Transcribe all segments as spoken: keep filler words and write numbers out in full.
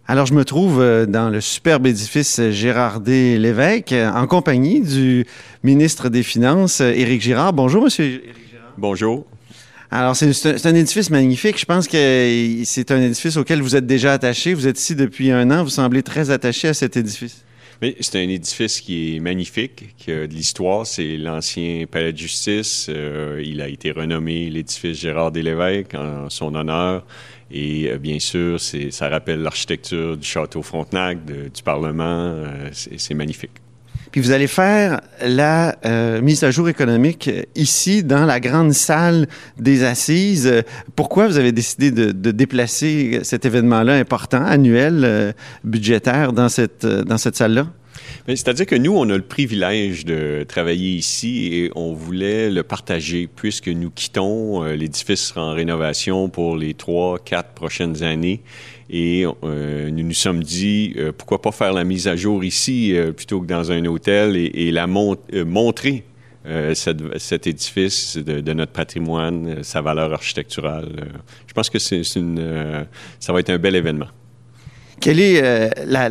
Alors, je me trouve dans le superbe édifice Gérardmer-Lévesque en compagnie du ministre des Finances, Éric Girard. Bonjour, monsieur Éric Girard. Bonjour. Alors, c'est, c'est un édifice magnifique. Je pense que c'est un édifice auquel vous êtes déjà attaché. Vous êtes ici depuis un an. Vous semblez très attaché à cet édifice. Mais c'est un édifice qui est magnifique, qui a de l'histoire. C'est l'ancien palais de justice. Euh, il a été renommé l'édifice Gérardmer-Lévesque en son honneur. Et euh, bien sûr, c'est, ça rappelle l'architecture du château Frontenac, de, du Parlement. Euh, c'est, c'est magnifique. Puis vous allez faire la euh, mise à jour économique ici, dans la grande salle des assises. Pourquoi vous avez décidé de, de déplacer cet événement-là important, annuel, euh, budgétaire, dans cette, dans cette salle-là? Bien, c'est-à-dire que nous, on a le privilège de travailler ici et on voulait le partager puisque nous quittons. Euh, l'édifice sera en rénovation pour les trois, quatre prochaines années. Et euh, nous nous sommes dit, euh, pourquoi pas faire la mise à jour ici euh, plutôt que dans un hôtel et, et la mon- euh, montrer euh, cette, cet édifice de, de notre patrimoine, euh, sa valeur architecturale. Euh, je pense que c'est, c'est une, euh, ça va être un bel événement. Quelle est, euh, la,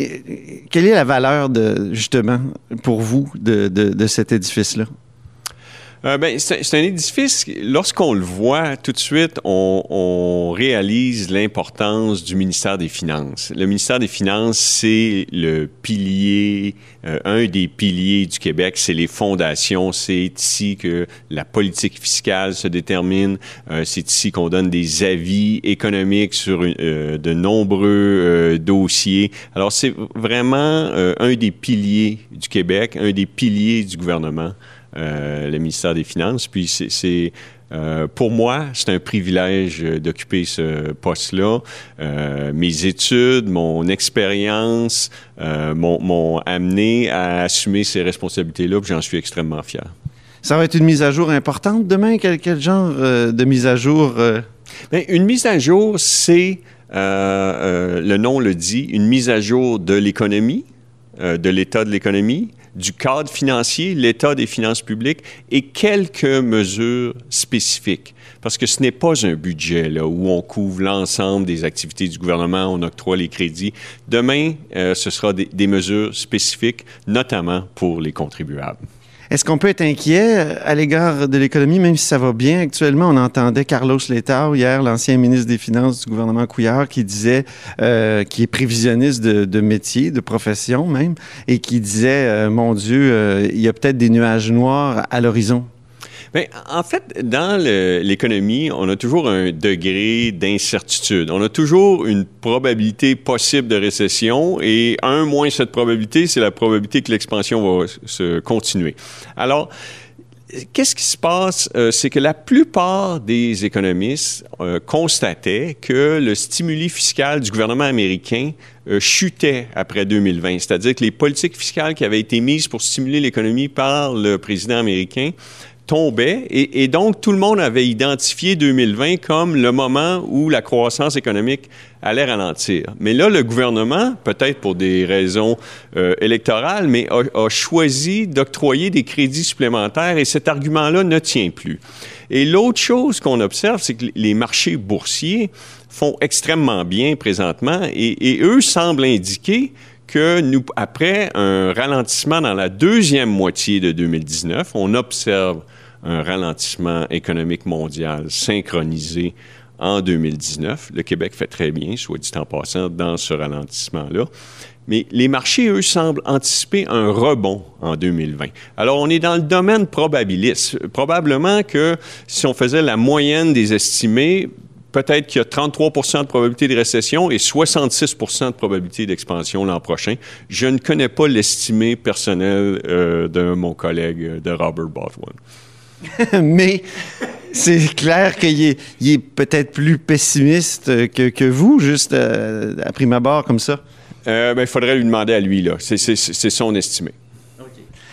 quelle est la valeur, de, justement, pour vous, de, de, de cet édifice-là? Euh, ben, c'est, c'est un édifice, lorsqu'on le voit tout de suite, on, on réalise l'importance du ministère des Finances. Le ministère des Finances, c'est le pilier, euh, un des piliers du Québec, c'est les fondations. C'est ici que la politique fiscale se détermine. Euh, c'est ici qu'on donne des avis économiques sur une, euh, de nombreux euh, dossiers. Alors, c'est vraiment euh, un des piliers du Québec, un des piliers du gouvernement. Euh, le ministère des Finances. Puis c'est, c'est euh, pour moi, c'est un privilège d'occuper ce poste-là. Euh, mes études, mon expérience euh, m'ont, m'ont amené à assumer ces responsabilités-là, puis j'en suis extrêmement fier. Ça va être une mise à jour importante demain? Quel, quel genre euh, de mise à jour? Euh... Bien, une mise à jour, c'est, euh, euh, le nom le dit, une mise à jour de l'économie, euh, de l'état de l'économie, du cadre financier, l'état des finances publiques et quelques mesures spécifiques. Parce que ce n'est pas un budget là, où on couvre l'ensemble des activités du gouvernement, on octroie les crédits. Demain, euh, ce sera des, des mesures spécifiques, notamment pour les contribuables. Est-ce qu'on peut être inquiet à l'égard de l'économie, même si ça va bien actuellement? On entendait Carlos Letao hier, l'ancien ministre des Finances du gouvernement Couillard, qui disait, euh, qui est prévisionniste de, de métier, de profession même, et qui disait, euh, mon Dieu, euh, il y a peut-être des nuages noirs à l'horizon. Bien, en fait, dans le, l'économie, on a toujours un degré d'incertitude. On a toujours une probabilité possible de récession et un moins cette probabilité, c'est la probabilité que l'expansion va se continuer. Alors, qu'est-ce qui se passe? Euh, c'est que la plupart des économistes euh, constataient que le stimuli fiscal du gouvernement américain euh, chutait après deux mille vingt. C'est-à-dire que les politiques fiscales qui avaient été mises pour stimuler l'économie par le président américain tombait et, et donc tout le monde avait identifié deux mille vingt comme le moment où la croissance économique allait ralentir. Mais là, le gouvernement, peut-être pour des raisons euh, électorales, mais a, a choisi d'octroyer des crédits supplémentaires et cet argument-là ne tient plus. Et l'autre chose qu'on observe, c'est que les marchés boursiers font extrêmement bien présentement et, et eux semblent indiquer que nous, après un ralentissement dans la deuxième moitié de deux mille dix-neuf, on observe un ralentissement économique mondial synchronisé en deux mille dix-neuf. Le Québec fait très bien, soit dit en passant, dans ce ralentissement-là. Mais les marchés, eux, semblent anticiper un rebond en deux mille vingt. Alors, on est dans le domaine probabiliste. Probablement que si on faisait la moyenne des estimés, peut-être qu'il y a trente-trois pour cent de probabilité de récession et soixante-six pour cent de probabilité d'expansion l'an prochain. Je ne connais pas l'estimé personnel euh, de mon collègue de Robert Bothwell. Mais c'est clair qu'il est, il est peut-être plus pessimiste que, que vous, juste à, à prime abord comme ça. Euh, ben, il faudrait lui demander à lui, là. C'est, c'est, c'est son estimé.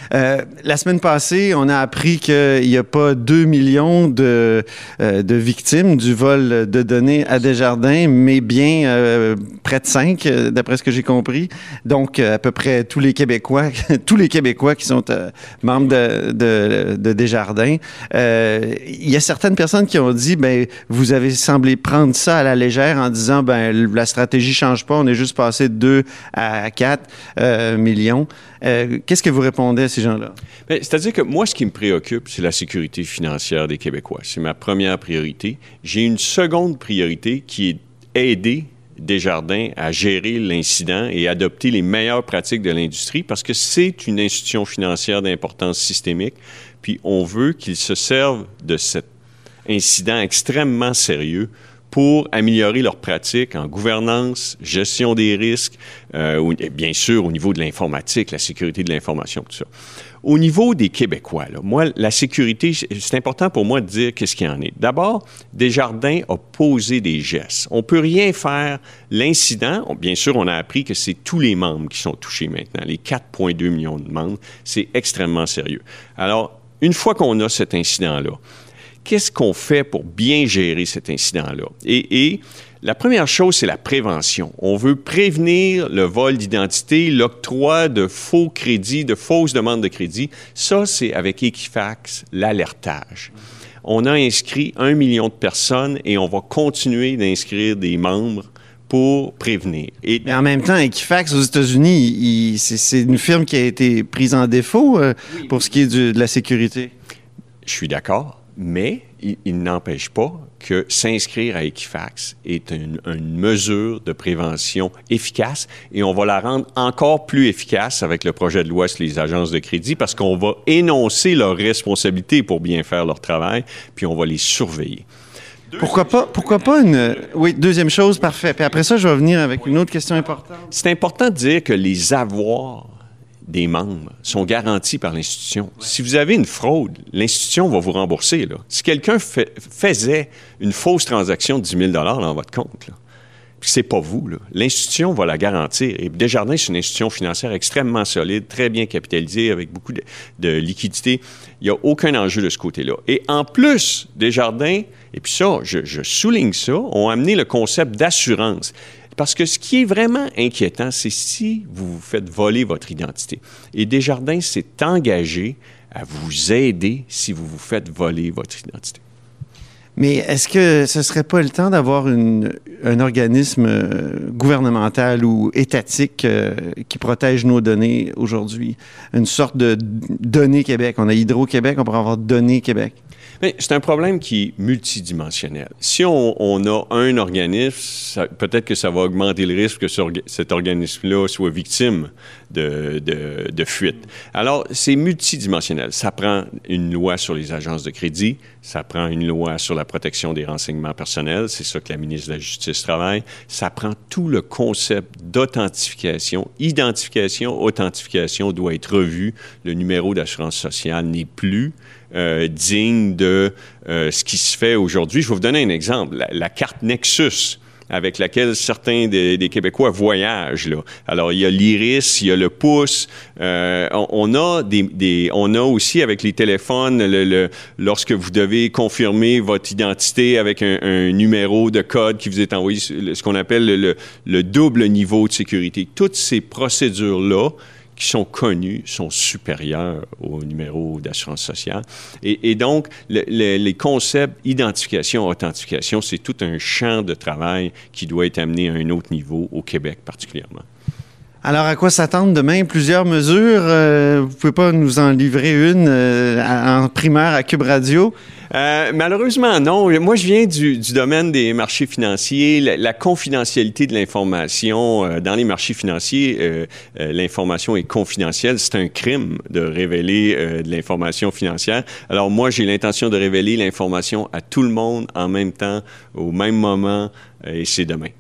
Euh, la semaine passée, on a appris qu'il n'y a pas deux millions de, euh, de victimes du vol de données à Desjardins, mais bien euh, près de cinq, d'après ce que j'ai compris. Donc, à peu près tous les Québécois, tous les Québécois qui sont euh, membres de, de, de Desjardins. Euh, il y a certaines personnes qui ont dit, ben, vous avez semblé prendre ça à la légère en disant, ben, la stratégie change pas, on est juste passé de deux à quatre euh, millions. Euh, qu'est-ce que vous répondez à ces gens-là? Bien, c'est-à-dire que moi, ce qui me préoccupe, c'est la sécurité financière des Québécois. C'est ma première priorité. J'ai une seconde priorité qui est aider Desjardins à gérer l'incident et adopter les meilleures pratiques de l'industrie parce que c'est une institution financière d'importance systémique. Puis on veut qu'ils se servent de cet incident extrêmement sérieux pour améliorer leurs pratiques en gouvernance, gestion des risques, euh, et bien sûr au niveau de l'informatique, la sécurité de l'information, tout ça. Au niveau des Québécois, là, moi, la sécurité, c'est important pour moi de dire qu'est-ce qu'il y en est. D'abord, Desjardins a posé des gestes. On ne peut rien faire. L'incident, on, bien sûr, on a appris que c'est tous les membres qui sont touchés maintenant, les quatre virgule deux millions de membres. C'est extrêmement sérieux. Alors, une fois qu'on a cet incident-là, qu'est-ce qu'on fait pour bien gérer cet incident-là? Et, et la première chose, c'est la prévention. On veut prévenir le vol d'identité, l'octroi de faux crédits, de fausses demandes de crédit. Ça, c'est avec Equifax, l'alertage. On a inscrit un million de personnes et on va continuer d'inscrire des membres pour prévenir. Et mais en même temps, Equifax aux États-Unis, il, c'est, c'est une firme qui a été prise en défaut euh, oui. pour ce qui est du, de la sécurité. Je suis d'accord. Mais il, il n'empêche pas que s'inscrire à Equifax est une, une mesure de prévention efficace et on va la rendre encore plus efficace avec le projet de loi sur les agences de crédit parce qu'on va énoncer leurs responsabilités pour bien faire leur travail, puis on va les surveiller. Pourquoi pas, pourquoi pas une... Oui, deuxième chose, parfait. Puis après ça, je vais venir avec une autre question importante. C'est important de dire que les avoirs des membres sont garantis par l'institution. Si vous avez une fraude, l'institution va vous rembourser. Là. Si quelqu'un fait, faisait une fausse transaction de dix mille dollars dans votre compte, là, puis c'est pas vous, là, l'institution va la garantir. Et Desjardins, c'est une institution financière extrêmement solide, très bien capitalisée, avec beaucoup de, de liquidités. Il n'y a aucun enjeu de ce côté-là. Et en plus, Desjardins, et puis ça, je, je souligne ça, ont amené le concept d'assurance. Parce que ce qui est vraiment inquiétant, c'est si vous vous faites voler votre identité. Et Desjardins s'est engagé à vous aider si vous vous faites voler votre identité. Mais est-ce que ce ne serait pas le temps d'avoir une, un organisme gouvernemental ou étatique euh, qui protège nos données aujourd'hui? Une sorte de Données Québec. On a Hydro-Québec, on pourrait avoir Données Québec. Bien, c'est un problème qui est multidimensionnel. Si on, on a un organisme, ça, peut-être que ça va augmenter le risque que ce, cet organisme-là soit victime de, de, de fuite. Alors, c'est multidimensionnel. Ça prend une loi sur les agences de crédit, ça prend une loi sur la protection des renseignements personnels, c'est ça que la ministre de la Justice travaille. Ça prend tout le concept d'authentification. Identification, authentification doit être revu. Le numéro d'assurance sociale n'est plus Euh, digne de euh, ce qui se fait aujourd'hui. Je vais vous donner un exemple. La, la carte Nexus avec laquelle certains des, des Québécois voyagent, là. Alors, il y a l'iris, il y a le pouce. Euh, on, on a des, des, on a aussi avec les téléphones, le, le, lorsque vous devez confirmer votre identité avec un, un numéro de code qui vous est envoyé, ce qu'on appelle le, le, le double niveau de sécurité. Toutes ces procédures-là qui sont connus, sont supérieurs au numéro d'assurance sociale. Et, et donc, le, le, les concepts identification, authentification, c'est tout un champ de travail qui doit être amené à un autre niveau, au Québec particulièrement. Alors, à quoi s'attendre demain? Plusieurs mesures. Euh, vous ne pouvez pas nous en livrer une euh, en primaire à Cube Radio? Euh, malheureusement, non. Moi, je viens du, du domaine des marchés financiers. La, la confidentialité de l'information euh, dans les marchés financiers, euh, euh, l'information est confidentielle. C'est un crime de révéler euh, de l'information financière. Alors, moi, j'ai l'intention de révéler l'information à tout le monde en même temps, au même moment, euh, et c'est demain.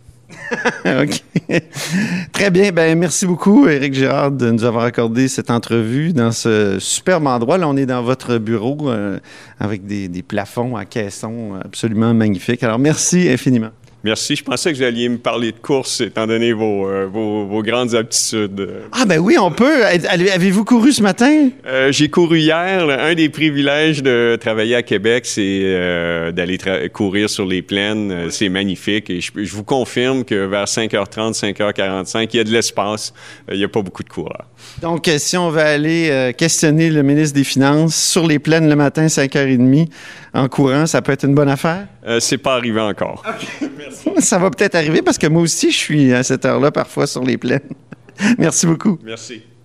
OK. Très bien. Ben, merci beaucoup, Éric Girard, de nous avoir accordé cette entrevue dans ce superbe endroit. Là, on est dans votre bureau euh, avec des, des plafonds à caissons absolument magnifiques. Alors, merci infiniment. Merci. Je pensais que vous alliez me parler de course, étant donné vos, euh, vos, vos grandes aptitudes. Ah ben oui, on peut. Avez-vous couru ce matin? Euh, j'ai couru hier. Là. Un des privilèges de travailler à Québec, c'est euh, d'aller tra- courir sur les plaines. C'est magnifique. Et je, je vous confirme que vers cinq heures trente, cinq heures quarante-cinq, il y a de l'espace. Il n'y a pas beaucoup de coureurs. Donc, si on va aller euh, questionner le ministre des Finances sur les plaines le matin, cinq heures trente, en courant, ça peut être une bonne affaire? Euh, c'est pas arrivé encore. OK. Merci. Ça va peut-être arriver parce que moi aussi, je suis à cette heure-là parfois sur les plaines. Merci beaucoup. Merci.